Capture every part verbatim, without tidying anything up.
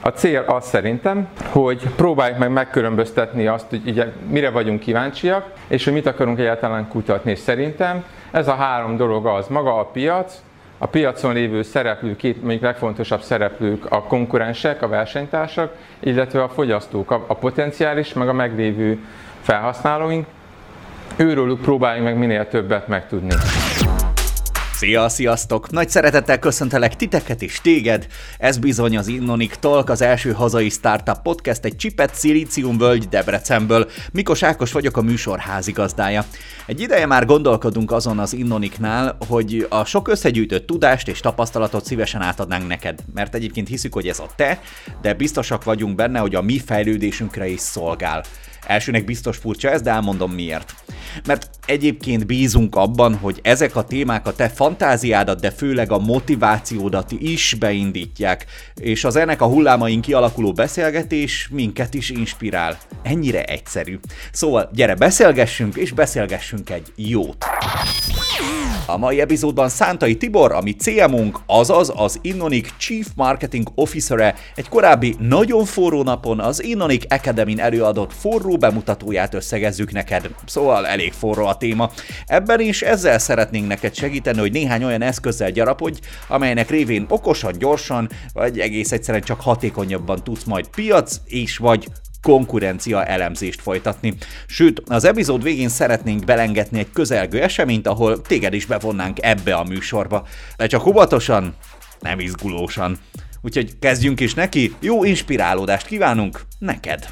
A cél az szerintem, hogy próbáljuk meg megkülönböztetni azt, hogy ugye mire vagyunk kíváncsiak, és hogy mit akarunk egyáltalán kutatni. És szerintem ez a három dolog az, maga a piac, a piacon lévő szereplők, két mondjuk legfontosabb szereplők a konkurensek, a versenytársak, illetve a fogyasztók, a, a potenciális, meg a meglévő felhasználóink. Őróluk próbáljunk meg minél többet megtudni. Szia, sziasztok! Nagy szeretettel köszöntelek titeket és téged. Ez bizony az Innonic Talk, az első hazai startup podcast egy csipet Szilíciumvölgy Debrecenből. Mikos Ákos vagyok, a műsor házigazdája. Egy ideje már gondolkodunk azon az Innonicnál, hogy a sok összegyűjtött tudást és tapasztalatot szívesen átadnánk neked, mert egyébként hiszük, hogy ez a te, de biztosak vagyunk benne, hogy a mi fejlődésünkre is szolgál. Elsőnek biztos furcsa ez, de elmondom miért. Mert egyébként bízunk abban, hogy ezek a témák a te fantáziádat, de főleg a motivációdat is beindítják, és az ennek a hullámain kialakuló beszélgetés minket is inspirál. Ennyire egyszerű. Szóval gyere, beszélgessünk, és beszélgessünk egy jót. A mai epizódban Szántai Tibor, a mi cé em o-nk, azaz az Innonic Chief Marketing Officer-e, egy korábbi nagyon forró napon az Innonic Academy-n előadott forró bemutatóját összegezzük neked. Szóval elég forró a téma. Ebben is ezzel szeretnénk neked segíteni, hogy néhány olyan eszközzel gyarapodj, amelynek révén okosan, gyorsan, vagy egész egyszerűen csak hatékonyabban tudsz majd piac és vagy konkurencia elemzést folytatni. Sőt, az epizód végén szeretnénk belengetni egy közelgő eseményt, ahol téged is bevonnánk ebbe a műsorba. De csak óvatosan, nem izgulósan. Úgyhogy kezdjünk is neki, jó inspirálódást kívánunk neked!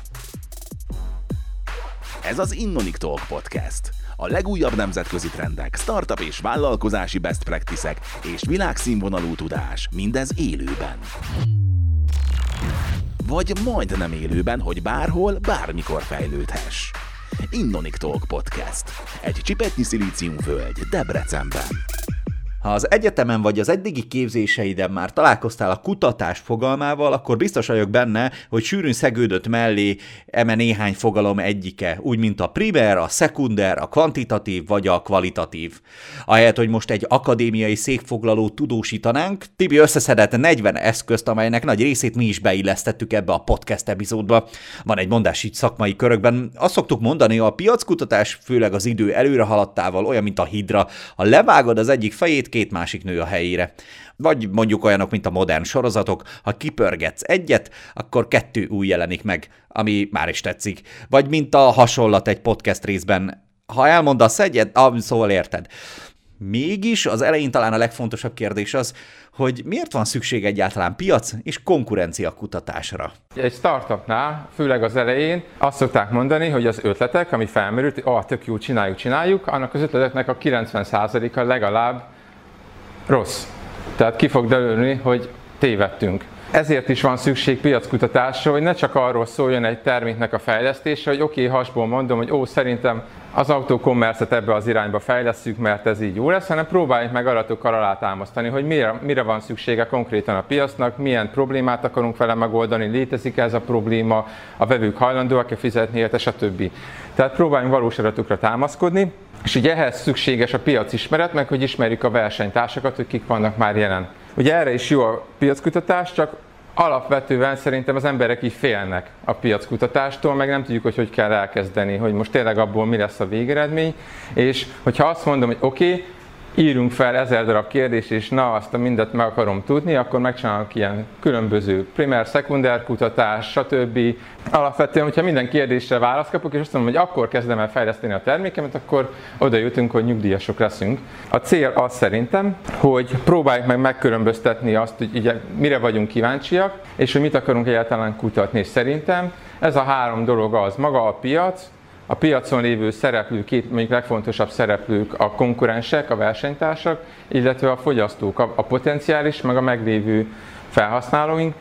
Ez az Innonic Talk Podcast. A legújabb nemzetközi trendek, startup és vállalkozási best practice-ek és világszínvonalú tudás, mindez élőben. Vagy majdnem élőben, hogy bárhol, bármikor fejlődhess. Innonic Talk Podcast. Egy csipetnyi szilíciumvölgy Debrecenben. Ha az egyetemen vagy az eddigi képzéseiden már találkoztál a kutatás fogalmával, akkor biztos vagyok benne, hogy sűrűn szegődött mellé eme néhány fogalom egyike, úgy mint a primer, a szekunder, a kvantitatív vagy a kvalitatív. Ahelyett, hogy most egy akadémiai székfoglalót tudósítanánk, Tibi összeszedett negyven eszközt, amelynek nagy részét mi is beillesztettük ebbe a podcast epizódba. Van egy mondás így szakmai körökben, azt szoktuk mondani, a piackutatás főleg az idő előre haladtával olyan, mint a hidra. Ha levágod az egyik fejét, két másik nő a helyére. Vagy mondjuk olyanok, mint a modern sorozatok, ha kipörgetsz egyet, akkor kettő új jelenik meg, ami már is tetszik. Vagy mint a hasonlat egy podcast részben, ha elmondasz egyet, ah, szóval érted. Mégis az elején talán a legfontosabb kérdés az, hogy miért van szükség egyáltalán piac és konkurencia kutatásra? Egy startupnál, főleg az elején azt szokták mondani, hogy az ötletek, ami felmerült, ah, tök jó, csináljuk, csináljuk, annak az ötleteknek a kilencven százaléka legalább rossz. Tehát ki fog derülni, hogy tévedtünk. Ezért is van szükség piackutatásra, hogy ne csak arról szóljon egy terméknek a fejlesztése, hogy oké, okay, hasból mondom, hogy ó, szerintem az autókommercet ebbe az irányba fejlesszük, mert ez így jó lesz, hanem próbáljuk meg adatokkal alátámasztani, hogy mire, mire van szüksége konkrétan a piacnak, milyen problémát akarunk vele megoldani, létezik ez a probléma, a vevők hajlandóak-e fizetni érte, stb. Tehát próbáljunk valós adatokra támaszkodni, és ugye ehhez szükséges a piacismeret, meg hogy ismerjük a versenytársakat, hogy kik vannak már jelen. Ugye erre is jó a piackutatás, csak alapvetően szerintem az emberek így félnek a piackutatástól, meg nem tudjuk, hogy hogy kell elkezdeni, hogy most tényleg abból mi lesz a végeredmény, és hogyha azt mondom, hogy oké, okay, írjunk fel ezer darab kérdést, és na, azt a mindet meg akarom tudni, akkor megcsinálok ilyen különböző primer, szekunder kutatás, stb. Alapvetően, hogyha minden kérdésre választ kapok, és azt mondom, hogy akkor kezdem el fejleszteni a termékemet, akkor oda jutunk, hogy nyugdíjasok leszünk. A cél az szerintem, hogy próbáljuk meg megkülönböztetni azt, hogy ugye mire vagyunk kíváncsiak, és hogy mit akarunk egyáltalán kutatni. És szerintem ez a három dolog az, maga a piac, a piacon lévő szereplők, két mondjuk legfontosabb szereplők a konkurensek, a versenytársak, illetve a fogyasztók, a, a potenciális, meg a meglévő felhasználóink.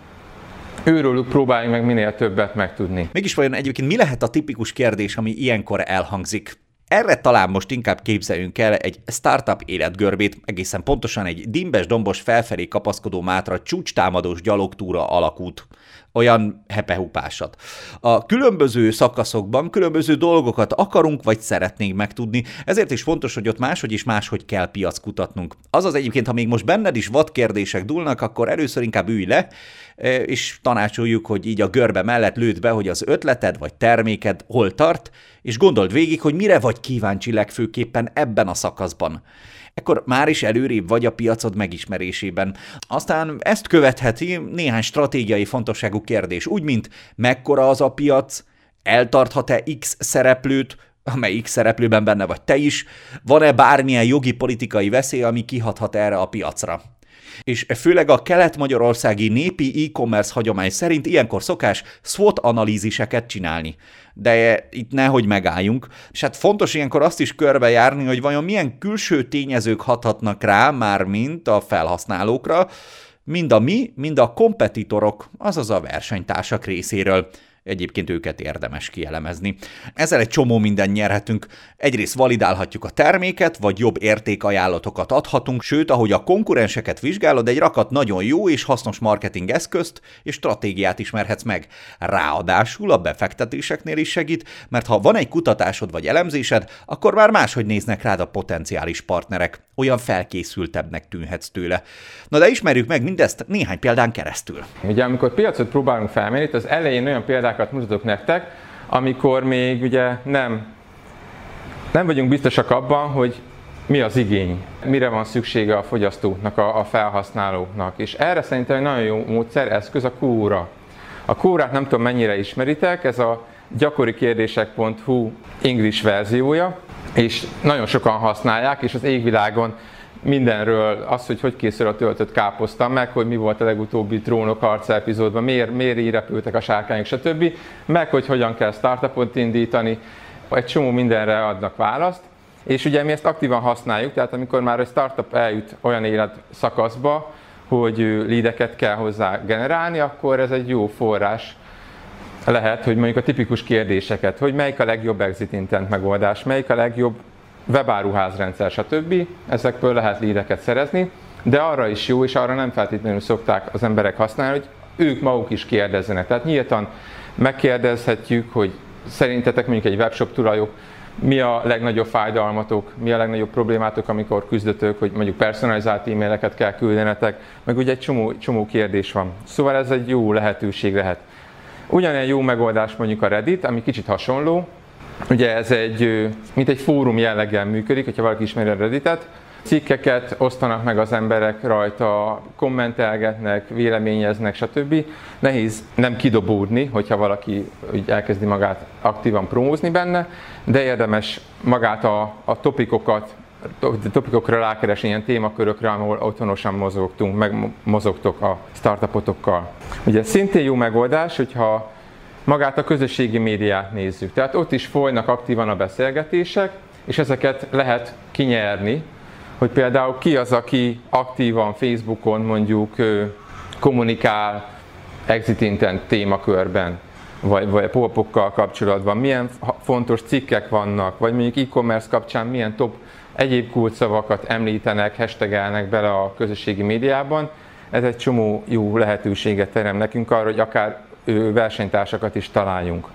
Őróluk próbáljunk meg minél többet megtudni. Mégis vajon egyébként mi lehet a tipikus kérdés, ami ilyenkor elhangzik? Erre talán most inkább képzeljünk el egy startup életgörbét, egészen pontosan egy dimbes-dombos felfelé kapaszkodó mátra csúcstámadós gyalogtúra alakút. Olyan hepehupásat. A különböző szakaszokban különböző dolgokat akarunk vagy szeretnénk megtudni, ezért is fontos, hogy ott máshogy is máshogy kell piackutatnunk. Azaz egyébként, ha még most benned is vad kérdések dúlnak, akkor először inkább ülj le, és tanácsoljuk, hogy így a görbe mellett lőd be, hogy az ötleted vagy terméked hol tart, és gondold végig, hogy mire vagy kíváncsi legfőképpen ebben a szakaszban. Ekkor már is előrébb vagy a piacod megismerésében. Aztán ezt követheti néhány stratégiai fontosságú kérdés, úgy, mint mekkora az a piac, eltarthat-e X szereplőt, amely X szereplőben benne vagy te is, van-e bármilyen jogi politikai veszély, ami kihathat erre a piacra. És főleg a kelet-magyarországi népi e-commerce hagyomány szerint ilyenkor szokás SWOT analíziseket csinálni. De itt nehogy megálljunk, és hát fontos ilyenkor azt is körbejárni, hogy vajon milyen külső tényezők hathatnak rá, mármint a felhasználókra, mind a mi, mind a kompetitorok, azaz a versenytársak részéről. Egyébként őket érdemes kielemezni. Ezzel egy csomó mindent nyerhetünk. Egyrészt validálhatjuk a terméket, vagy jobb értékajánlatokat adhatunk, sőt, ahogy a konkurenseket vizsgálod, egy rakat nagyon jó és hasznos marketing eszközt és stratégiát ismerhetsz meg. Ráadásul a befektetéseknél is segít, mert ha van egy kutatásod vagy elemzésed, akkor már máshogy néznek rád a potenciális partnerek. Olyan felkészültebbnek tűnhetsz tőle. Na de ismerjük meg mindezt néhány példán keresztül. Ugye amikor piacot próbálunk felmérni, az elején olyan példákat mutatok nektek, amikor még ugye nem, nem vagyunk biztosak abban, hogy mi az igény, mire van szüksége a fogyasztóknak, a, a felhasználóknak. És erre szerintem egy nagyon jó módszer, eszköz a Quora. A Quorát nem tudom mennyire ismeritek, ez a gyakori kérdések pont hu English verziója, és nagyon sokan használják, és az égvilágon mindenről, az, hogy hogy készül a töltött káposzta, meg hogy mi volt a legutóbbi Trónok harca epizódban, miért, miért így repültek a sárkányok, stb. Meg hogy hogyan kell startupot indítani, egy csomó mindenre adnak választ. És ugye mi ezt aktívan használjuk, tehát amikor már egy startup eljut olyan életszakaszba, hogy leadeket kell hozzá generálni, akkor ez egy jó forrás lehet, hogy mondjuk a tipikus kérdéseket, hogy melyik a legjobb exit intent megoldás, melyik a legjobb webáruházrendszer, stb. Ezekből lehet leadeket szerezni, de arra is jó, és arra nem feltétlenül szokták az emberek használni, hogy ők maguk is kérdezzenek. Tehát nyíltan megkérdezhetjük, hogy szerintetek mondjuk egy webshop tulajok, mi a legnagyobb fájdalmatok, mi a legnagyobb problémátok, amikor küzdötök, hogy mondjuk personalizált e-maileket kell küldenetek, meg ugye egy csomó, csomó kérdés van. Szóval ez egy jó lehetőség lehet. Ugyanilyen jó megoldás mondjuk a Reddit, ami kicsit hasonló. Ugye ez egy, mint egy fórum jelleggel működik, hogyha valaki ismeri a Redditet. Cikkeket osztanak meg az emberek rajta, kommentelgetnek, véleményeznek, stb. Nehéz nem kidobódni, hogyha valaki elkezdi magát aktívan promózni benne, de érdemes magát a, a topikokat, topikokra rákeresni, ilyen témakörökre, ahol otthonosan mozogtunk, meg mozogtok a startupotokkal. Ugye szintén jó megoldás, hogyha magát a közösségi médiát nézzük. Tehát ott is folynak aktívan a beszélgetések, és ezeket lehet kinyerni, hogy például ki az, aki aktívan Facebookon mondjuk kommunikál exit intent témakörben, vagy, vagy pop-okkal kapcsolatban, milyen fontos cikkek vannak, vagy mondjuk e-commerce kapcsán milyen top egyéb kulcsszavakat említenek, hashtagelnek bele a közösségi médiában. Ez egy csomó jó lehetőséget terem nekünk arra, hogy akár versenytársakat is találjunk.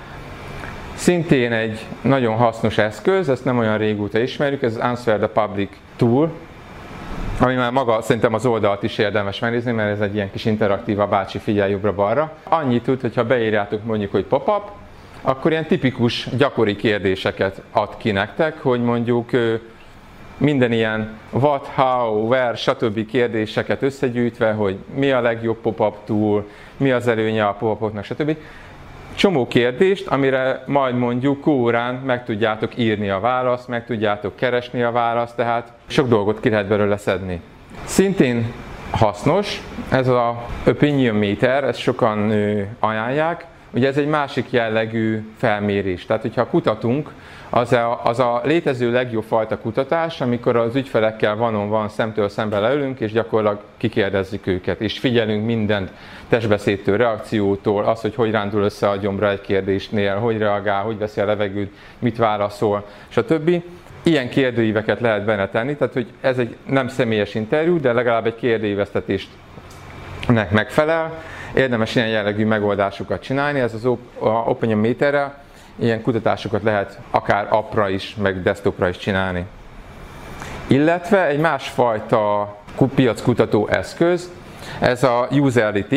Szintén egy nagyon hasznos eszköz, ezt nem olyan régóta ismerjük, ez az Answer the Public Tool, ami már maga szerintem az oldalt is érdemes megnézni, mert ez egy ilyen kis interaktív, a bácsi figyelj jobbra-balra. Annyit tud, hogyha beírjátok mondjuk, hogy pop-up, akkor ilyen tipikus, gyakori kérdéseket ad ki nektek, hogy mondjuk minden ilyen what, how, where, stb. Kérdéseket összegyűjtve, hogy mi a legjobb pop-up tool, mi az előnye a pop-upoknak, stb. Csomó kérdést, amire majd mondjuk Quorán meg tudjátok írni a választ, meg tudjátok keresni a választ, tehát sok dolgot ki lehet belőle szedni. Szintén hasznos, ez az Opinion Meter, ezt sokan ajánlják. Ugye ez egy másik jellegű felmérés, tehát hogyha kutatunk, az a, az a létező legjobb fajta kutatás, amikor az ügyfelekkel van-on-van szemtől szembe leülünk, és gyakorlatilag kikérdezzük őket, és figyelünk mindent, testbeszédtől, reakciótól, az, hogy hogy rándul össze a gyomra egy kérdésnél, hogy reagál, hogy veszi a levegőt, mit válaszol, stb. Ilyen kérdőíveket lehet benne tenni, tehát hogy ez egy nem személyes interjú, de legalább egy kérdőívesztetésnek megfelel. Érdemes ilyen jellegű megoldásokat csinálni, ez az Opinion Meterrel ilyen kutatásokat lehet akár appra is, meg desktopra is csinálni. Illetve egy másfajta piackutató eszköz, ez a Userlytics,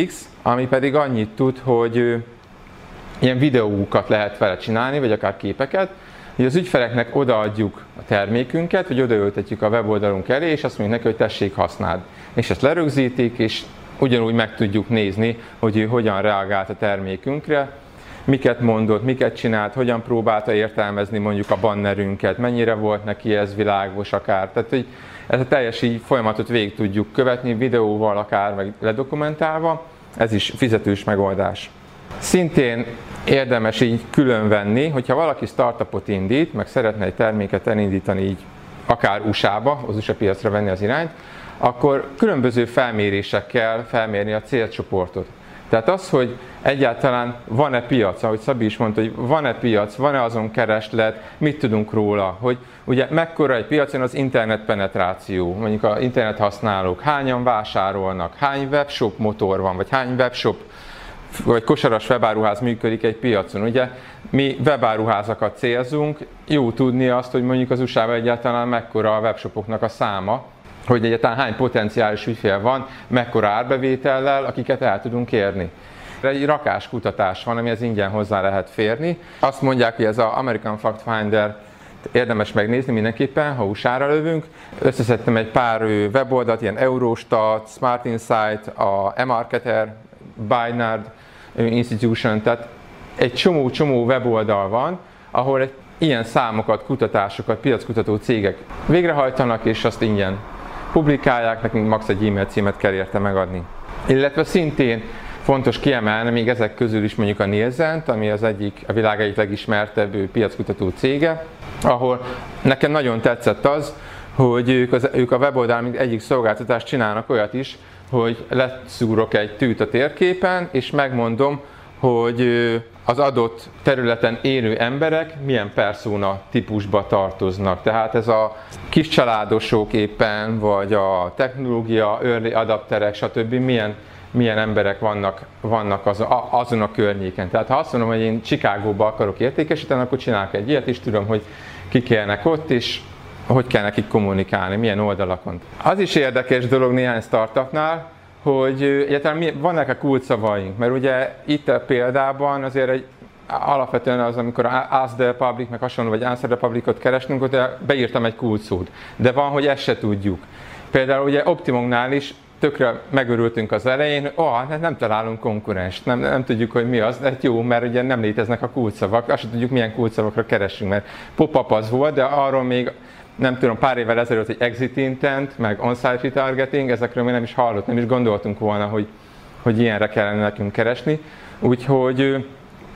ami pedig annyit tud, hogy ilyen videókat lehet vele csinálni, vagy akár képeket, hogy az ügyfeleknek odaadjuk a termékünket, vagy odaültetjük a weboldalunk elé, és azt mondjuk neki, hogy tessék, használd. És ezt lerögzítik, és ugyanúgy meg tudjuk nézni, hogy ő hogyan reagált a termékünkre, miket mondott, miket csinált, hogyan próbálta értelmezni mondjuk a bannerünket, mennyire volt neki ez világos akár. Tehát, hogy ezt a teljes így folyamatot végig tudjuk követni, videóval akár, meg ledokumentálva, ez is fizetős megoldás. Szintén érdemes így különvenni, hogyha valaki startupot indít, meg szeretne egy terméket elindítani így akár u es á-ba, az u es á piacra venni az irányt, akkor különböző felmérésekkel felmérni a célcsoportot. Tehát az, hogy egyáltalán van-e piac, ahogy Szabi is mondta, hogy van-e piac, van-e azon kereslet, mit tudunk róla, hogy ugye mekkora egy piacon az internet penetráció, mondjuk az internet használók, hányan vásárolnak, hány webshop motor van, vagy hány webshop vagy kosaras webáruház működik egy piacon. Ugye mi webáruházakat célzunk, jó tudni azt, hogy mondjuk az u es á-ban egyáltalán mekkora a webshopoknak a száma, hogy egyáltalán hány potenciális ügyfél van, mekkora árbevétellel, akiket el tudunk érni. Egy rakáskutatás van, amihez ingyen hozzá lehet férni. Azt mondják, hogy ez az American Fact Finder érdemes megnézni mindenképpen, ha u es á-ra lövünk. Összeszedtem egy pár weboldalt, ilyen Eurostat, Smart Insight, a eMarketer, Bynard Institution, tehát egy csomó-csomó weboldal van, ahol egy ilyen számokat, kutatásokat, piackutató cégek végrehajtanak, és azt ingyen publikálják, nekünk max. Egy e-mail címet kell érte megadni. Illetve szintén fontos kiemelni még ezek közül is mondjuk a Nielsen, ami az egyik, a világ egyik legismertebb piackutató cége, ahol nekem nagyon tetszett az, hogy ők, az, ők a weboldal egyik szolgáltatást csinálnak olyat is, hogy leszúrok egy tűt a térképen, és megmondom, hogy az adott területen élő emberek milyen persona típusba tartoznak. Tehát ez a kiscsaládosok éppen, vagy a technológia, early adapterek, stb. milyen, milyen emberek vannak, vannak az, a, azon a környéken. Tehát ha azt mondom, hogy én Chicagóba akarok értékesíteni, akkor csinálok egy ilyet, és tudom, hogy kik élnek ott, és hogy kell nekik kommunikálni, milyen oldalakon. Az is érdekes dolog néhány startupnál, hogy egyáltalán vannak-e kulcsszavaink, mert ugye itt a példában azért egy, alapvetően az, amikor Ask the Public, meg hasonló, vagy Answer the Public-ot keresnünk, ott beírtam egy kulcsszót, de van, hogy ezt se tudjuk. Például ugye Optimunknál is tökre megörültünk az elején, hogy oh, nem találunk konkurenst, nem, nem tudjuk, hogy mi az, de jó, mert ugye nem léteznek a kulcsszavak, azt sem tudjuk, milyen kulcsszavakra keresünk, mert pop-up az volt, de arról még nem tudom, pár évvel ezelőtt, hogy exit intent, meg on-site retargeting, ezekről még nem is hallott, nem is gondoltunk volna, hogy, hogy ilyenre kellene nekünk keresni. Úgyhogy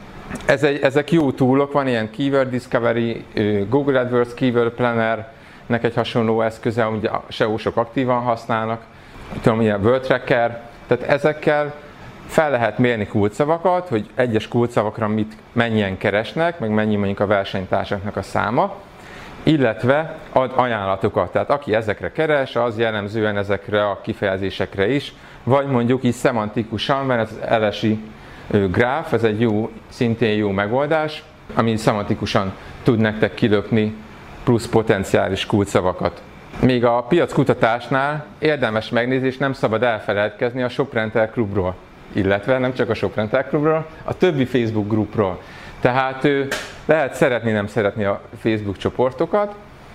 ez egy, ezek jó toolok, van ilyen Keyword Discovery, Google AdWords Keyword Planner-nek egy hasonló eszköze, amit a es e o-sok aktívan használnak, tudom, ilyen Word Tracker, tehát ezekkel fel lehet mérni kulcsszavakat, hogy egyes kulcsszavakra mit, mennyien keresnek, meg mennyi mondjuk a versenytársaknak a száma, illetve ad ajánlatokat. Tehát aki ezekre keres, az jellemzően ezekre a kifejezésekre is, vagy mondjuk így szemantikusan, mert ez az el es i gráf, ez egy jó, szintén jó megoldás, ami szemantikusan tud nektek kilökni plusz potenciális kulcsszavakat. Még a piackutatásnál érdemes megnézni, és nem szabad elfeledkezni a ShopRental Clubról, illetve nem csak a ShopRental Clubról, a többi Facebook grupról. Tehát lehet szeretni, nem szeretni a Facebook csoportokat,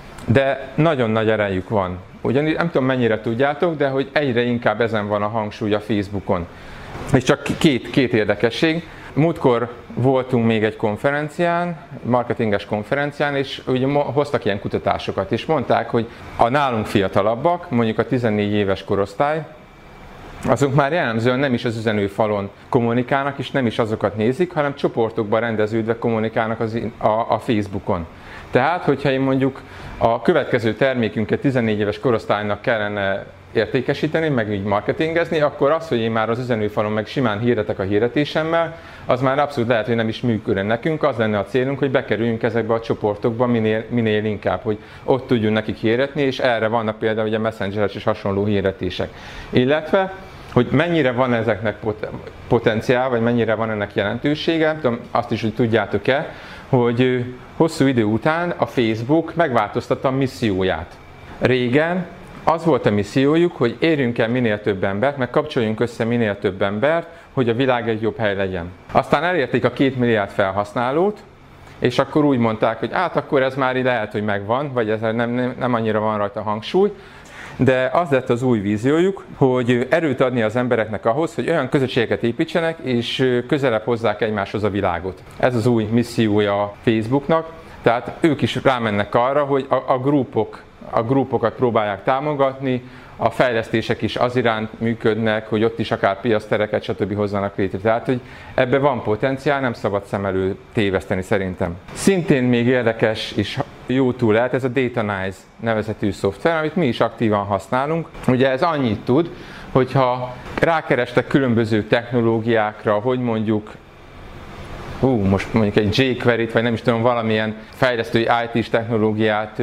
de nagyon nagy erejük van. Ugyanis nem tudom, mennyire tudjátok, de hogy egyre inkább ezen van a hangsúly a Facebookon. És csak két, két érdekesség. Múltkor voltunk még egy konferencián, marketinges konferencián, és ugye hoztak ilyen kutatásokat, és mondták, hogy a nálunk fiatalabbak, mondjuk a tizennégy éves korosztály, azok már jellemzően nem is az üzenőfalon kommunikálnak, és nem is azokat nézik, hanem csoportokban rendeződve kommunikálnak az, a, a Facebookon. Tehát, hogyha én mondjuk a következő termékünket tizennégy éves korosztálynak kellene értékesíteni, meg így marketingezni, akkor az, hogy én már az üzenőfalon meg simán hirdetek a hirdetésemmel, az már abszolút lehet, hogy nem is működne nekünk. Az lenne a célunk, hogy bekerüljünk ezekbe a csoportokba minél, minél inkább, hogy ott tudjunk nekik hirdetni, és erre vannak például ugye messengeres és hasonló hirdetések. Illetve hogy mennyire van ezeknek potenciál, vagy mennyire van ennek jelentősége, tudom, azt is, hogy tudjátok-e, hogy hosszú idő után a Facebook megváltoztatta a misszióját. Régen az volt a missziójuk, hogy érjünk el minél több embert, meg kapcsoljunk össze minél több embert, hogy a világ egy jobb hely legyen. Aztán elérték a két milliárd felhasználót, és akkor úgy mondták, hogy hát akkor ez már így lehet, hogy megvan, vagy ez nem, nem, nem annyira van rajta hangsúly, de az lett az új víziójuk, hogy erőt adni az embereknek ahhoz, hogy olyan közösségeket építsenek, és közelebb hozzák egymáshoz a világot. Ez az új missziója a Facebooknak, tehát ők is rámennek arra, hogy a, a grupok, a grupokat próbálják támogatni, a fejlesztések is az iránt működnek, hogy ott is akár piactereket, stb. Hozzanak létre. Tehát, hogy ebbe van potenciál, nem szabad szem elől téveszteni szerintem. Szintén még érdekes és jó túl lehet ez a Datanize nevezetű szoftver, amit mi is aktívan használunk. Ugye ez annyit tud, hogyha rákerestek különböző technológiákra, hogy mondjuk hú, most mondjuk egy jQuery-t, vagy nem is tudom, valamilyen fejlesztői í té-s technológiát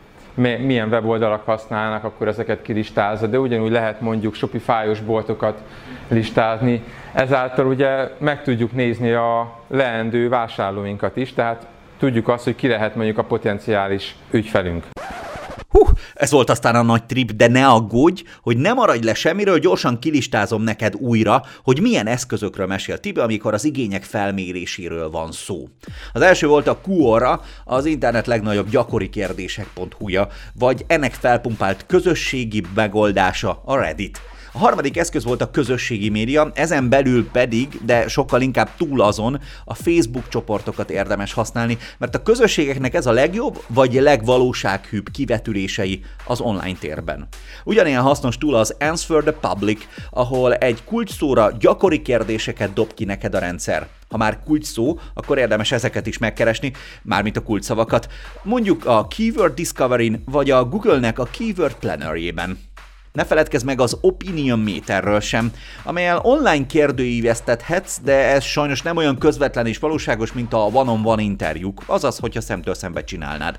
milyen weboldalak használnak, akkor ezeket kilistázza, de ugyanúgy lehet mondjuk Shopify-os boltokat listázni. Ezáltal ugye meg tudjuk nézni a leendő vásárlóinkat is, tehát tudjuk azt, hogy ki lehet mondjuk a potenciális ügyfelünk. Hú, ez volt aztán a nagy trip, de ne aggódj, hogy ne maradj le semmiről, gyorsan kilistázom neked újra, hogy milyen eszközökről mesél Tibi, amikor az igények felméréséről van szó. Az első volt a Quora, az internet legnagyobb gyakori kérdések pont hu-ja, vagy ennek felpumpált közösségi megoldása, a Reddit. A harmadik eszköz volt a közösségi média, ezen belül pedig, de sokkal inkább túl azon, a Facebook csoportokat érdemes használni, mert a közösségeknek ez a legjobb, vagy legvalósághűbb kivetülései az online térben. Ugyanilyen hasznos túl az Answer the Public, ahol egy kulcsszóra gyakori kérdéseket dob ki neked a rendszer. Ha már kulcsszó, akkor érdemes ezeket is megkeresni, mármint a kulcsszavakat, mondjuk a Keyword Discovery-n, vagy a Google-nek a Keyword Planner-jében. Ne feledkezz meg az Opinion Meterről sem, amellyel online kérdőívesztethetsz, de ez sajnos nem olyan közvetlen és valóságos, mint a one-on-one interjúk, azaz, hogyha szemtől szembe csinálnád.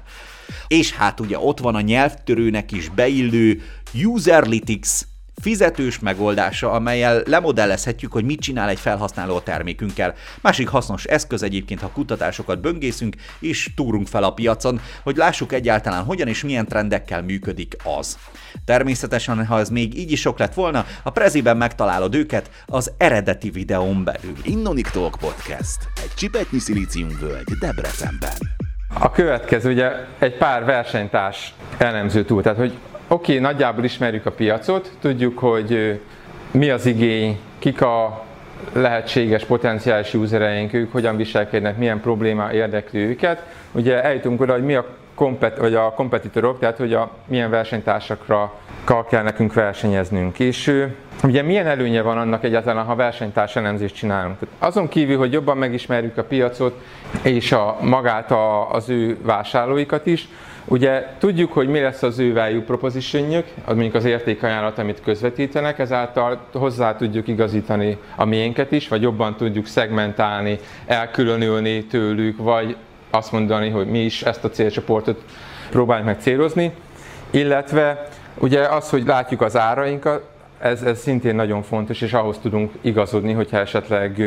És hát ugye ott van a nyelvtörőnek is beillő Userlytics fizetős megoldása, amellyel lemodellezhetjük, hogy mit csinál egy felhasználó a termékünkkel. Másik hasznos eszköz egyébként, ha kutatásokat böngészünk és túrunk fel a piacon, hogy lássuk egyáltalán hogyan és milyen trendekkel működik az. Természetesen, ha ez még így is sok lett volna, a Preziben megtalálod őket az eredeti videón belül. Innonic Talk Podcast, egy csipetnyi szilíciumvölgy Debrecenben. A következő ugye egy pár versenytárs elemző túl, tehát hogy oké, okay, nagyjából ismerjük a piacot, tudjuk, hogy mi az igény, kik a lehetséges potenciális usereink, ők hogyan viselkednek, milyen probléma érdekli őket. Ugye eljutunk oda, hogy mi a, kompet, vagy a kompetitorok, tehát hogy a, milyen versenytársakra kell nekünk versenyeznünk. És ugye milyen előnye van annak egyáltalán, ha versenytárs elemzést csinálunk. Azon kívül, hogy jobban megismerjük a piacot és a, magát a, az ő vásárlóikat is, ugye tudjuk, hogy mi lesz az ő value propositionjük, az mondjuk az értékajánlat, amit közvetítenek, ezáltal hozzá tudjuk igazítani a miénket is, vagy jobban tudjuk szegmentálni, elkülönülni tőlük, vagy azt mondani, hogy mi is ezt a célcsoportot próbáljuk meg célozni. Illetve ugye az, hogy látjuk az árainkat, ez, ez szintén nagyon fontos, és ahhoz tudunk igazodni, hogyha esetleg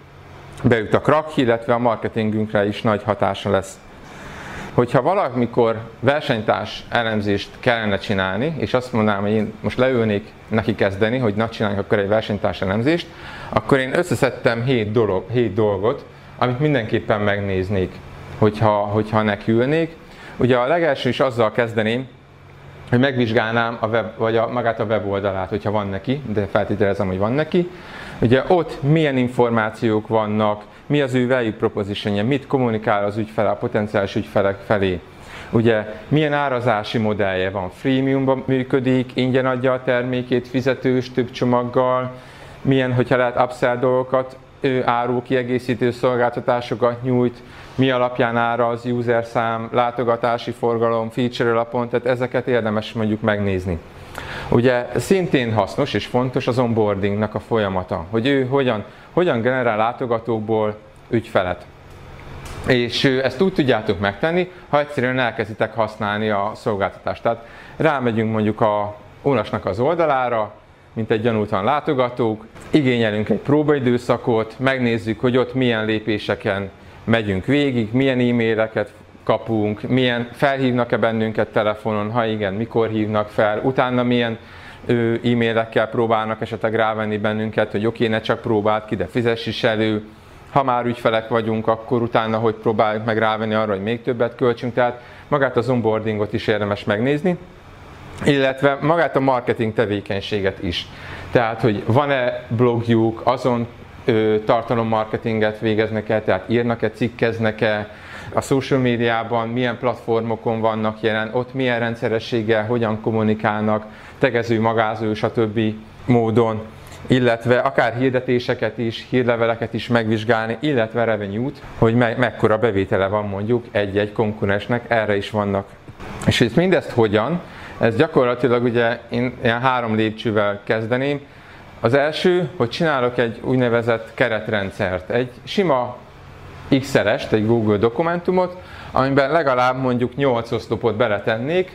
beüt a krak, illetve a marketingünkre is nagy hatása lesz. Hogyha valamikor versenytárs elemzést kellene csinálni, és azt mondanám, hogy én most leülnék neki kezdeni, hogy na csináljunk akkor egy versenytárs elemzést, akkor én összeszedtem hét, dolog, hét dolgot, amit mindenképpen megnéznék, hogyha, hogyha nekiülnék. Ugye a legelső is azzal kezdeném, hogy megvizsgálnám a web, vagy a, magát a weboldalát, hogyha van neki, de feltételezem, hogy van neki. Ugye ott milyen információk vannak, mi az ő value propositionje, mit kommunikál az ügyfele, a potenciális ügyfelek felé. Ugye milyen árazási modellje van, freemiumban működik, ingyen adja a termékét, fizetős, több csomaggal, milyen, hogyha lehet upsell dolgokat, ő árul, kiegészítő szolgáltatásokat nyújt, mi alapján ára az user szám, látogatási forgalom, feature alapon, tehát ezeket érdemes mondjuk megnézni. Ugye szintén hasznos és fontos az onboardingnak a folyamata, hogy ő hogyan, hogyan generál látogatókból ügyfelet. És ezt úgy tudjátok megtenni, ha egyszerűen elkezditek használni a szolgáltatást. Tehát rámegyünk mondjuk a Unasnak az oldalára, mint egy gyanútlan látogatók, igényelünk egy próbaidőszakot, megnézzük, hogy ott milyen lépéseken megyünk végig, milyen e-maileket kapunk, milyen felhívnak-e bennünket telefonon, ha igen, mikor hívnak fel, utána milyen e-mailekkel próbálnak esetleg rávenni bennünket, hogy oké, okay, ne csak próbáld ki, de fizess is elő. Ha már ügyfelek vagyunk, akkor utána hogy próbáljuk meg rávenni arra, hogy még többet költsünk, tehát magát az onboardingot is érdemes megnézni, illetve magát a marketing tevékenységet is. Tehát, hogy van-e blogjuk, azon ö, tartalommarketinget végeznek el, tehát írnak-e, cikkeznek-e, a social médiában milyen platformokon vannak jelen, ott milyen rendszerességgel, hogyan kommunikálnak, tegező, magázó, stb. Módon, illetve akár hirdetéseket is, hírleveleket is megvizsgálni, illetve revenue-t, hogy me- mekkora bevétele van mondjuk egy-egy konkurensnek, erre is vannak. És itt mindezt hogyan? Ez gyakorlatilag ugye én ilyen három lépcsővel kezdeném. Az első, hogy csinálok egy úgynevezett keretrendszert, egy sima iksz el-est, egy Google dokumentumot, amiben legalább mondjuk nyolc oszlopot beletennék,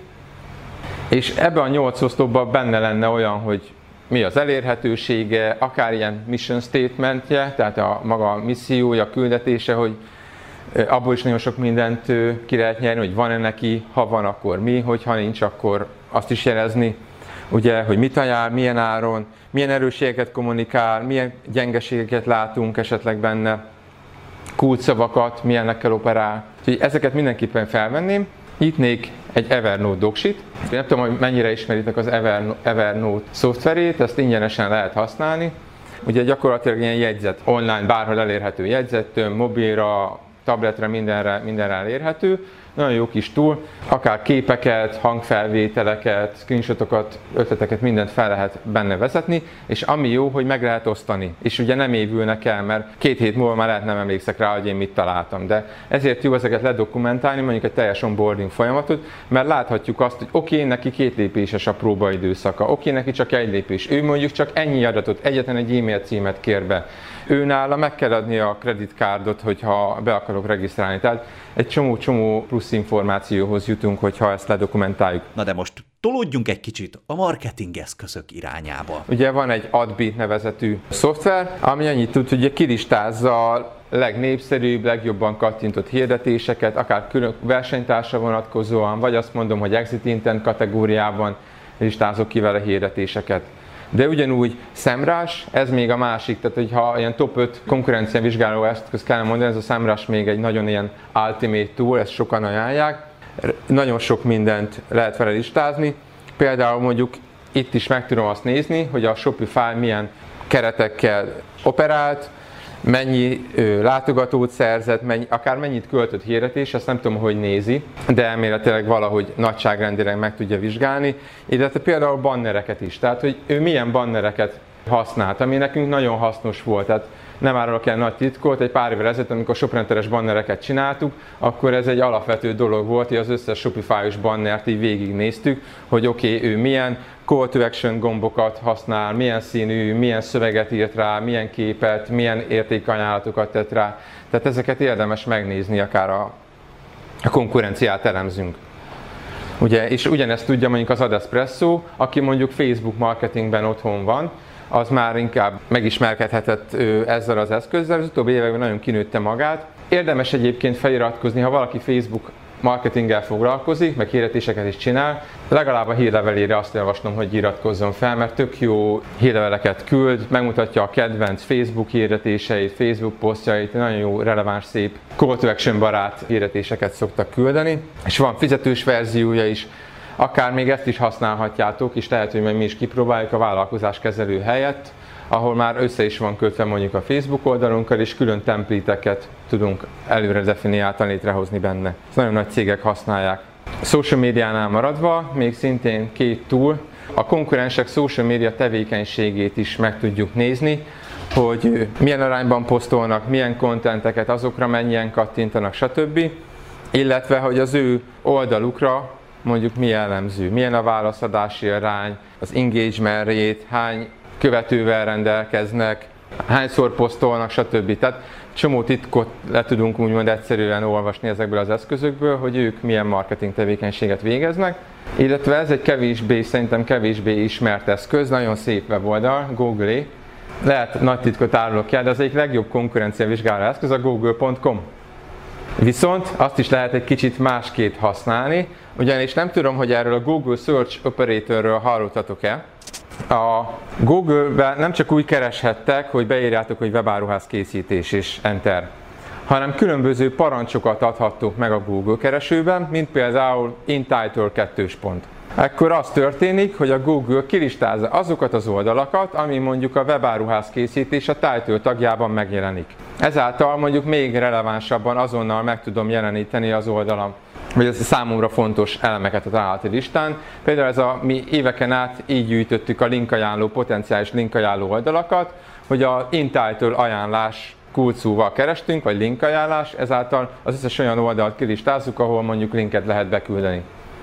és ebben a nyolc oszlopban benne lenne olyan, hogy mi az elérhetősége, akár ilyen mission statementje, tehát a maga missziója, küldetése, hogy abból is nagyon sok mindent ki lehet nyerni, hogy van-e neki, ha van, akkor mi, hogyha nincs, akkor azt is jelezni, ugye, hogy mit ajánl, milyen áron, milyen erősségeket kommunikál, milyen gyengeségeket látunk esetleg benne, kulcsszavakat, milyenekkel operál. Úgyhogy ezeket mindenképpen felvenném. Nyitnék egy Evernote docsit. Nem tudom, hogy mennyire ismeritek az Evernote szoftverét, ezt ingyenesen lehet használni. Ugye gyakorlatilag ilyen jegyzet, online bárhol elérhető jegyzettöm, mobilra, tabletre, mindenre, mindenre elérhető. Nagyon jó kis tool, akár képeket, hangfelvételeket, screenshotokat, ötleteket, mindent fel lehet benne vezetni, és ami jó, hogy meg lehet osztani. És ugye nem évülnek el, mert két hét múlva már lehet nem emlékszek rá, hogy én mit találtam. De ezért jó ezeket ledokumentálni, mondjuk egy teljes onboarding folyamatot, mert láthatjuk azt, hogy oké, okay, neki két lépéses a próbaidőszaka, oké, okay, neki csak egy lépés. Ő mondjuk csak ennyi adatot, egyetlen egy e-mail címet kér be. Ő nála meg kell adni a kreditkártot, hogyha be akarok regisztrálni. Tehát egy csomó-csomó plusz információhoz jutunk, hogyha ezt ledokumentáljuk. Na de most tolódjunk egy kicsit a marketing eszközök irányába. Ugye van egy Adbit nevezetű szoftver, ami annyit tud, hogy kilistázza a legnépszerűbb, legjobban kattintott hirdetéseket, akár külön versenytársra vonatkozóan, vagy azt mondom, hogy exit intent kategóriában listázok ki vele hirdetéseket. De ugyanúgy SEMrush, ez még a másik, tehát hogyha ilyen top öt konkurencia vizsgáló eszköz kellene mondani, ez a SEMrush még egy nagyon ilyen ultimate tool, ezt sokan ajánlják. Nagyon sok mindent lehet vele listázni. Például mondjuk itt is meg tudom azt nézni, hogy a Shopify milyen keretekkel operált, mennyi ö, látogatót szerzett, mennyi, akár mennyit költött hirdetés, ezt nem tudom, hogy nézi, de elméletileg valahogy nagyságrendileg meg tudja vizsgálni, illetve például bannereket is, tehát hogy ő milyen bannereket használt, ami nekünk nagyon hasznos volt. Tehát nem árulok el nagy titkot, egy pár évvel ezelőtt, amikor shoprenteres bannereket csináltuk, akkor ez egy alapvető dolog volt, hogy az összes Shopify-os bannert így végignéztük, hogy oké, okay, ő milyen call to action gombokat használ, milyen színű, milyen szöveget írt rá, milyen képet, milyen értékajánlatokat tett rá. Tehát ezeket érdemes megnézni, akár a, a konkurenciát elemzünk. Ugye, és ugyanezt tudja mondjuk az Adespresso, aki mondjuk Facebook marketingben otthon van, az már inkább megismerkedhetett ezzel az eszközzel, az utóbbi években nagyon kinőtte magát. Érdemes egyébként feliratkozni, ha valaki Facebook marketinggel foglalkozik, meg hirdetéseket is csinál, legalább a hírlevelére azt javaslom, hogy iratkozzon fel, mert tök jó hírleveleket küld, megmutatja a kedvenc Facebook hirdetéseit, Facebook posztjait, nagyon jó, releváns, szép, call to action barát hirdetéseket szoktak küldeni, és van fizetős verziója is, akár még ezt is használhatjátok, és lehet, hogy majd mi is kipróbáljuk a vállalkozás kezelő helyett, ahol már össze is van kötve mondjuk a Facebook oldalunkkal, és külön templéteket tudunk előre definiáltan létrehozni benne. Ezt nagyon nagy cégek használják. Social médiánál maradva, még szintén két tool, a konkurensek social média tevékenységét is meg tudjuk nézni, hogy milyen arányban posztolnak, milyen contenteket, azokra mennyien kattintanak, stb. Illetve, hogy az ő oldalukra mondjuk mi jellemző, milyen a válaszadási arány, az engagement rate, hány követővel rendelkeznek, hányszor posztolnak, stb. Tehát csomó titkot le tudunk úgymond egyszerűen olvasni ezekből az eszközökből, hogy ők milyen marketing tevékenységet végeznek. Illetve ez egy kevésbé, szerintem kevésbé ismert eszköz, nagyon szép weboldal, Google-é. Lehet nagy titkot árulok el, de az egyik legjobb konkurencia vizsgáló eszköz a google pont com. Viszont azt is lehet egy kicsit másképp használni, ugyanis nem tudom, hogy erről a Google Search Operatorről hallottatok-e, A Google-ben nem csak úgy kereshettek, hogy beírjátok, hogy webáruház készítés és enter, hanem különböző parancsokat adhattunk meg a Google keresőben, mint például in-title kettős pont. Ekkor az történik, hogy a Google kilistázza azokat az oldalakat, ami mondjuk a webáruház készítés a title tagjában megjelenik. Ezáltal mondjuk még relevánsabban azonnal meg tudom jeleníteni az oldalam, vagy ez számomra fontos elemeket a találati listán. Például ez a, mi éveken át így gyűjtöttük a linkajánló, potenciális linkajánló oldalakat, hogy a in-title ajánlás kulcsszóval kerestünk, vagy linkajánlás, ezáltal az összes olyan oldalt kilistázzuk, ahol mondjuk linket lehet beküldeni.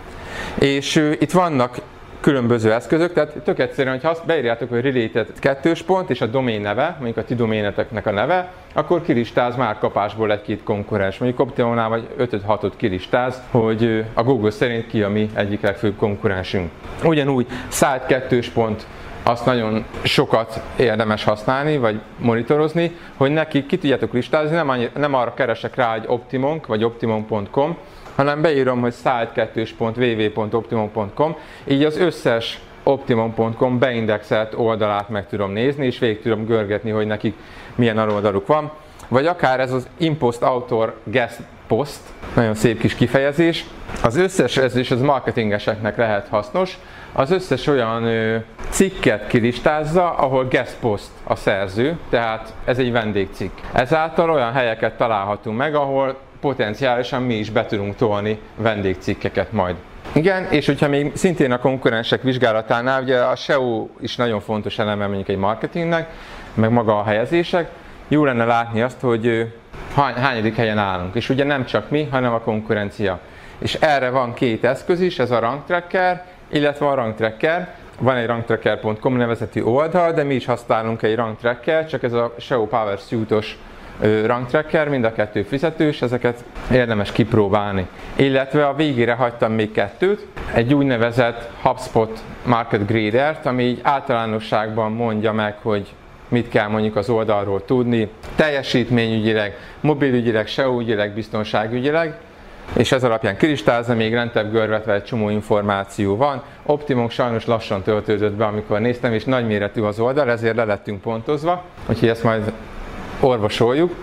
És uh, itt vannak különböző eszközök, tehát tök egyszerűen, hogyha azt beírjátok, hogy related kettős pont, és a domain neve, mondjuk a ti doméneteknek a neve, akkor kilistáz már kapásból egy-két konkurens. Mondjuk Optimonál vagy öt-hatot kilistáz, hogy uh, a Google szerint ki a mi egyik legfőbb konkurensünk. Ugyanúgy site kettős pont, azt nagyon sokat érdemes használni, vagy monitorozni, hogy neki ki tudjátok listázni, nem, annyi, nem arra keresek rá, hogy Optimonk, vagy optimon pont com, hanem beírom, hogy site kettős pont w w w pont optimon pont com, így az összes optimon pont com beindexelt oldalát meg tudom nézni, és végig tudom görgetni, hogy nekik milyen aloldaluk van. Vagy akár ez az impost author guest post, nagyon szép kis kifejezés. Az összes, ez is az marketingeseknek lehet hasznos, az összes olyan ö, cikket kilistázza, ahol guest post a szerző, tehát ez egy vendégcikk. Ezáltal olyan helyeket találhatunk meg, ahol potenciálisan mi is be tudunk tolni vendégcikkeket majd. Igen, és hogyha még szintén a konkurensek vizsgálatánál, ugye a S E O is nagyon fontos eleme mondjuk egy marketingnek, meg maga a helyezések, jó lenne látni azt, hogy hány, hányadik helyen állunk. És ugye nem csak mi, hanem a konkurencia. És erre van két eszköz is, ez a Rank Tracker, illetve a Rank Tracker. Van egy ranktracker pont com nevezetű oldal, de mi is használunk egy Rank Tracker, csak ez a S E O Power Suite-os Rank Tracker, mind a kettő fizetős, ezeket érdemes kipróbálni. Illetve a végére hagytam még kettőt, egy úgynevezett HubSpot Market Gradert, ami így általánosságban mondja meg, hogy mit kell mondjuk az oldalról tudni, teljesítményügyileg, mobilügyileg, S E O ügyileg, biztonságügyileg, és ez alapján kilistázza, még lentebb görvetve egy csomó információ van. Optimum sajnos lassan töltődött be, amikor néztem, és nagyméretű az oldal, ezért le lettünk pontozva, úgyhogy ezt majd orvosoljuk,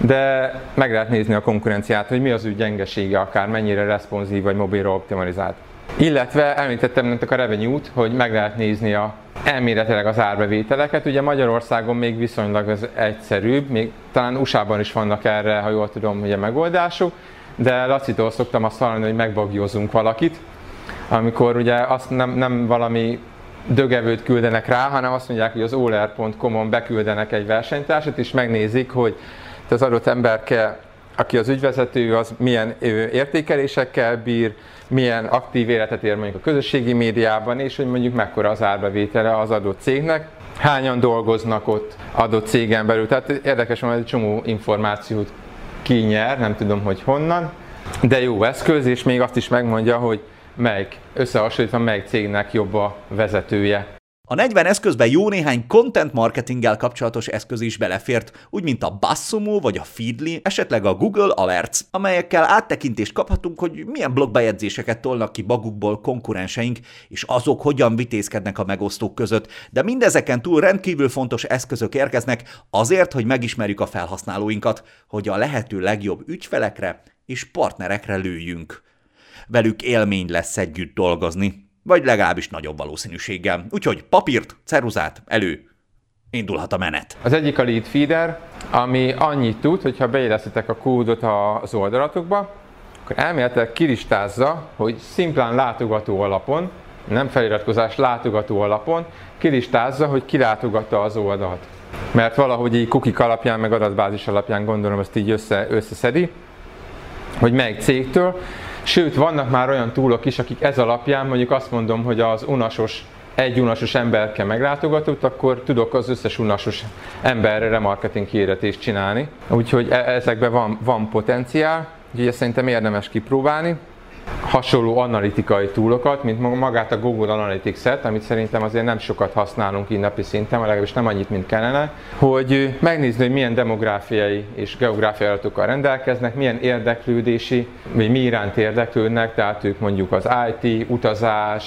de meg lehet nézni a konkurenciát, hogy mi az ő gyengesége, akár mennyire responsív vagy mobilra optimalizált. Illetve említettem nektek a revenue-t, hogy meg lehet nézni a, elméletileg az árbevételeket. Ugye Magyarországon még viszonylag ez egyszerűbb, még talán u es á-ban is vannak erre, ha jól tudom, ugye megoldások, de Lacitól szoktam azt hallani, hogy megbagyózunk valakit, amikor ugye azt nem, nem valami dögevőt küldenek rá, hanem azt mondják, hogy az oler pont com-on beküldenek egy versenytársat, és megnézik, hogy az adott emberke, aki az ügyvezető, az milyen értékelésekkel bír, milyen aktív életet ér mondjuk a közösségi médiában, és hogy mondjuk mekkora az árbevétele az adott cégnek, hányan dolgoznak ott adott cégen belül. Tehát érdekes, hogy egy csomó információt kinyer, nem tudom, hogy honnan, de jó eszköz, és még azt is megmondja, hogy melyik, összehasonlítva melyik cégnek jobb a vezetője. A negyven eszközben jó néhány content marketinggel kapcsolatos eszköz is belefért, úgy mint a BuzzSumo vagy a Feedly, esetleg a Google Alerts, amelyekkel áttekintést kaphatunk, hogy milyen blogbejegyzéseket tolnak ki magukból konkurenseink, és azok hogyan vitézkednek a megosztók között, de mindezeken túl rendkívül fontos eszközök érkeznek azért, hogy megismerjük a felhasználóinkat, hogy a lehető legjobb ügyfelekre és partnerekre lőjünk. Velük élmény lesz együtt dolgozni. Vagy legalábbis nagyobb valószínűséggel. Úgyhogy papírt, ceruzát, elő, indulhat a menet. Az egyik a Lead Feeder, ami annyit tud, hogyha beillesztitek a kódot az oldalatokba, akkor elméletileg kilistázza, hogy szimplán látogató alapon, nem feliratkozás, látogató alapon, kilistázza, hogy ki látogatta az oldalt. Mert valahogy így kukik alapján, meg adatbázis alapján gondolom ezt így össze, összeszedi, hogy melyik cégtől. Sőt, vannak már olyan túlok is, akik ez alapján mondjuk azt mondom, hogy az unasos, egy unasos emberke meglátogatott, akkor tudok az összes unasos emberre remarketing hirdetést csinálni. Úgyhogy ezekben van, van potenciál, úgyhogy ezt szerintem érdemes kipróbálni. Hasonló analitikai túlokat, mint magát a Google Analytics-et, amit szerintem azért nem sokat használunk így napi szinten, legalábbis nem annyit, mint kellene, hogy megnézni, hogy milyen demográfiai és geográfiai adatokkal rendelkeznek, milyen érdeklődési, vagy mi iránt érdeklődnek, tehát ők mondjuk az i té, utazás,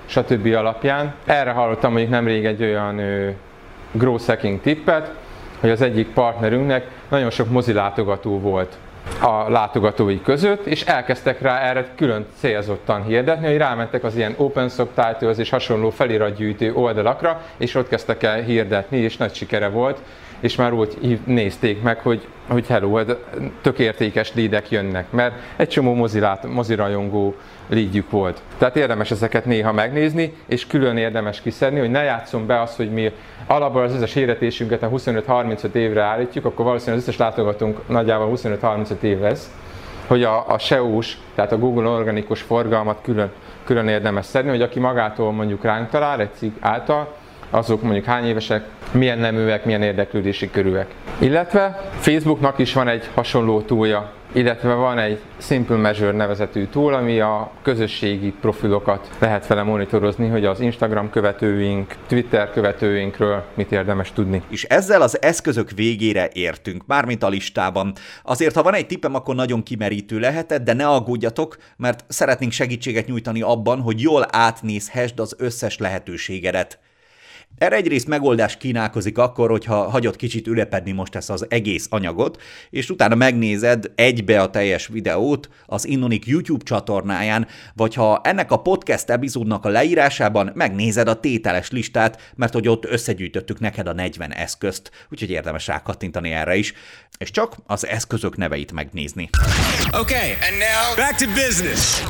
stb. Alapján. Erre hallottam mondjuk nemrég egy olyan ö, growth hacking tippet, hogy az egyik partnerünknek nagyon sok mozi látogató volt a látogatói között, és elkezdtek rá erre külön célzottan hirdetni, hogy rámentek az ilyen open subtitles és hasonló feliratgyűjtő oldalakra, és ott kezdtek el hirdetni, és nagy sikere volt, és már úgy nézték meg, hogy, hogy hello, tök értékes leadek jönnek, mert egy csomó mozilát, mozirajongó leadjük volt. Tehát érdemes ezeket néha megnézni, és külön érdemes kiszedni, hogy ne játszom be azt, hogy mi alapból az összes hirdetésünket a huszonöt-harmincöt évre állítjuk, akkor valószínűleg az összes látogatónk nagyjából huszonöt-harmincöt év lesz, hogy a, a es e o-s, tehát a Google organikus forgalmat külön, külön érdemes szedni, hogy aki magától mondjuk ránk talál egy cikk által, azok mondjuk hány évesek, milyen neműek, milyen érdeklődési körűek. Illetve Facebooknak is van egy hasonló toolja, illetve van egy Simple Measure nevezetű tool, ami a közösségi profilokat lehet vele monitorozni, hogy az Instagram követőink, Twitter követőinkről mit érdemes tudni. És ezzel az eszközök végére értünk, mármint a listában. Azért, ha van egy tippem, akkor nagyon kimerítő lehetett, de ne aggódjatok, mert szeretnénk segítséget nyújtani abban, hogy jól átnézhessd az összes lehetőségedet. Erre egyrészt megoldás kínálkozik akkor, hogyha hagyod kicsit ülepedni most ezt az egész anyagot, és utána megnézed egybe a teljes videót az Innonic YouTube csatornáján, vagy ha ennek a podcast epizódnak a leírásában megnézed a tételes listát, mert hogy ott összegyűjtöttük neked a negyven eszközt, úgyhogy érdemes rákattintani erre is, és csak az eszközök neveit megnézni. Okay, and now back to business.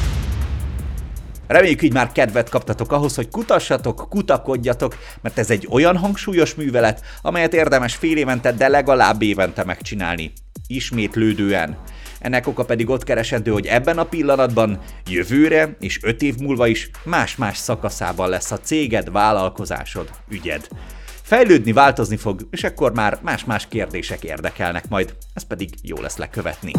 Reméljük, így már kedvet kaptatok ahhoz, hogy kutassatok, kutakodjatok, mert ez egy olyan hangsúlyos művelet, amelyet érdemes fél évente, de legalább évente megcsinálni. Ismétlődően. Ennek oka pedig ott keresendő, hogy ebben a pillanatban, jövőre és öt év múlva is más-más szakaszában lesz a céged, vállalkozásod, ügyed. Fejlődni, változni fog, és akkor már más-más kérdések érdekelnek majd, ez pedig jó lesz lekövetni.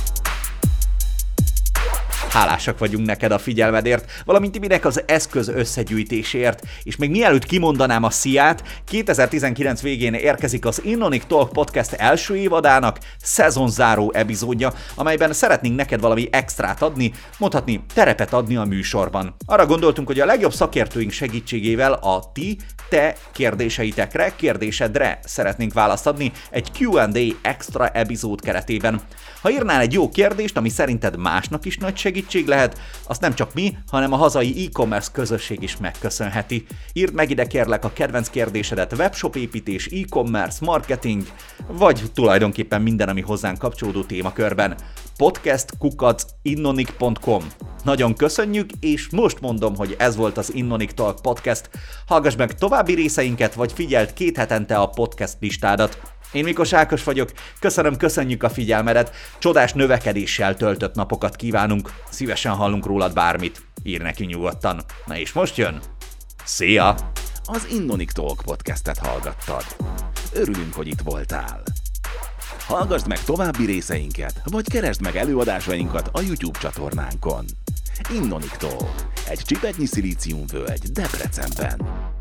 Hálásak vagyunk neked a figyelmedért, valamint Timinek az eszköz összegyűjtésért, és még mielőtt kimondanám a sziát, kétezer-tizenkilenc végén érkezik az Innonic Talk Podcast első évadának szezonzáró epizódja, amelyben szeretnénk neked valami extrát adni, mondhatni terepet adni a műsorban. Arra gondoltunk, hogy a legjobb szakértőink segítségével a ti, te kérdéseitekre, kérdésedre szeretnénk választ adni egy Q and A extra epizód keretében. Ha írnál egy jó kérdést, ami szerinted másnak is nagy segítség lehet, azt nem csak mi, hanem a hazai e-commerce közösség is megköszönheti. Írd meg ide kérlek a kedvenc kérdésedet, webshop építés, e-commerce, marketing, vagy tulajdonképpen minden, ami hozzánk kapcsolódó témakörben. podcast kukac innonic pont com. Nagyon köszönjük, és most mondom, hogy ez volt az Innonic Talk Podcast. Hallgass meg további részeinket, vagy figyeld két hetente a podcast listádat. Én Mikos Ákos vagyok, köszönöm, köszönjük a figyelmedet, csodás növekedéssel töltött napokat kívánunk, szívesen hallunk rólad bármit, ír neki nyugodtan. Na és most jön, szia! Az Innonic Talk podcastet hallgattad. Örülünk, hogy itt voltál. Hallgasd meg további részeinket, vagy keresd meg előadásainkat a YouTube csatornánkon. Innonic Talk, egy csipetnyi szilíciumvölgy Debrecenben.